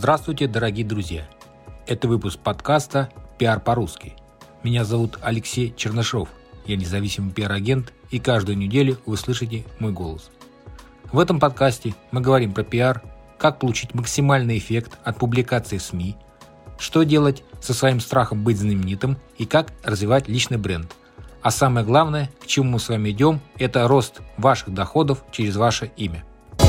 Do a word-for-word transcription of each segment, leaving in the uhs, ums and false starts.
Здравствуйте, дорогие друзья! Это выпуск подкаста «Пиар по-русски». Меня зовут Алексей Чернышов, я независимый пиар-агент, и каждую неделю вы слышите мой голос. В этом подкасте мы говорим про пиар, как получить максимальный эффект от публикации в СМИ, что делать со своим страхом быть знаменитым и как развивать личный бренд. А самое главное, к чему мы с вами идем, это рост ваших доходов через ваше имя.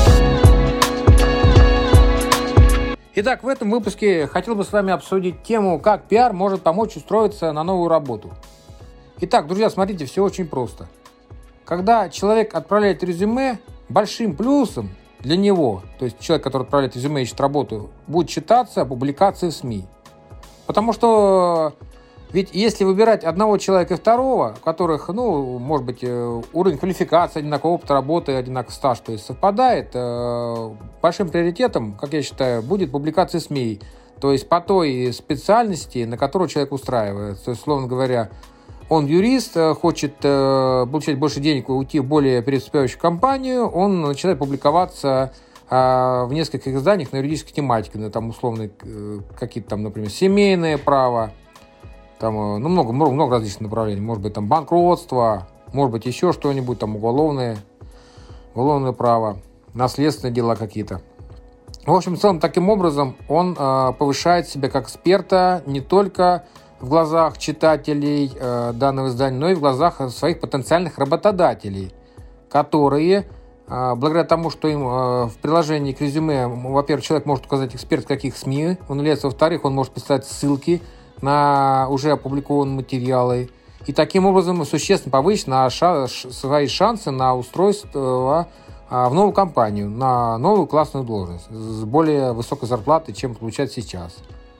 Итак, в этом выпуске хотел бы с вами обсудить тему, как пиар может помочь устроиться на новую работу. Итак, друзья, смотрите, все очень просто. Когда человек отправляет резюме, большим плюсом для него, то есть человек, который отправляет резюме и ищет работу, будет считаться публикация в СМИ. Потому что ведь если выбирать одного человека и второго, у которых, ну, может быть, уровень квалификации одинаковый, опыт работы, одинаковый стаж, то есть совпадает, большим приоритетом, как я считаю, будет публикация в СМИ. То есть по той специальности, на которую человек устраивается. То есть, словно говоря, он юрист, хочет получать больше денег и уйти в более преуспевающую компанию, он начинает публиковаться в нескольких изданиях на юридической тематике, ну, там условно какие-то там, например, семейное право, там, ну, много, много, много различных направлений, может быть, там банкротство, может быть, еще что-нибудь, там уголовное, уголовное право, наследственные дела какие-то. В общем, в целом, таким образом он э, повышает себя как эксперта не только в глазах читателей э, данного издания, но и в глазах своих потенциальных работодателей, которые благодаря тому, что им э, в приложении к резюме, во-первых, человек может указать эксперт в каких СМИ он является, во-вторых, он может писать ссылки на уже опубликованные материалы. И таким образом существенно повысить на ша- свои шансы на устройство э, в новую компанию, на новую классную должность с более высокой зарплатой, чем получает сейчас.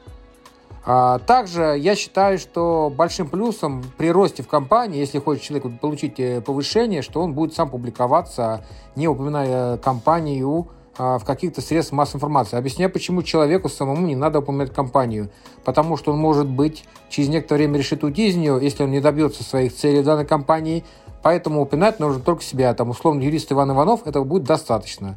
Также я считаю, что большим плюсом при росте в компании, если хочет человек получить повышение, что он будет сам публиковаться, не упоминая компанию в каких-то средствах массовой информации. Объясняю, почему человеку самому не надо упоминать компанию. Потому что он, может быть, через некоторое время решит уйти из нее, если он не добьется своих целей в данной компании. Поэтому упоминать нужно только себя. Там, условно, юрист Иван Иванов, этого будет достаточно.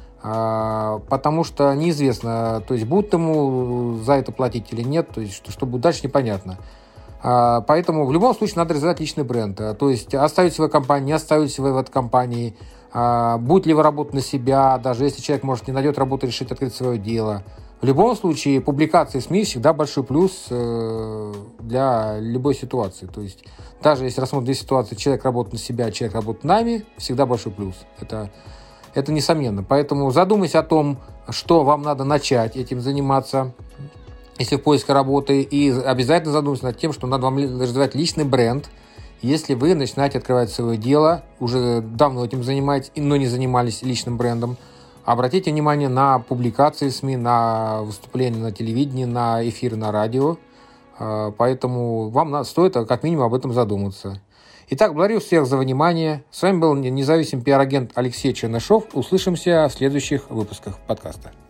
Потому что неизвестно, то есть будут ему за это платить или нет, то есть что, что будет дальше, непонятно. Поэтому в любом случае надо развивать личный бренд. То есть оставить свою компанию, не оставить свою в этой компании, будет ли вы работать на себя, даже если человек, может, не найдет работу, решит открыть свое дело. В любом случае публикации в СМИ всегда большой плюс для любой ситуации. То есть даже если рассмотрим две ситуации, человек работает на себя, человек работает нами, всегда большой плюс. Это Это несомненно. Поэтому задумайся о том, что вам надо начать этим заниматься, если в поиске работы. И обязательно задумайся над тем, что надо вам развивать личный бренд. Если вы начинаете открывать свое дело, уже давно этим занимаетесь, но не занимались личным брендом, обратите внимание на публикации в СМИ, на выступления на телевидении, на эфиры на радио. Поэтому вам стоит как минимум об этом задуматься. Итак, благодарю всех за внимание. С вами был независимый пиар-агент Алексей Чернышов. Услышимся в следующих выпусках подкаста.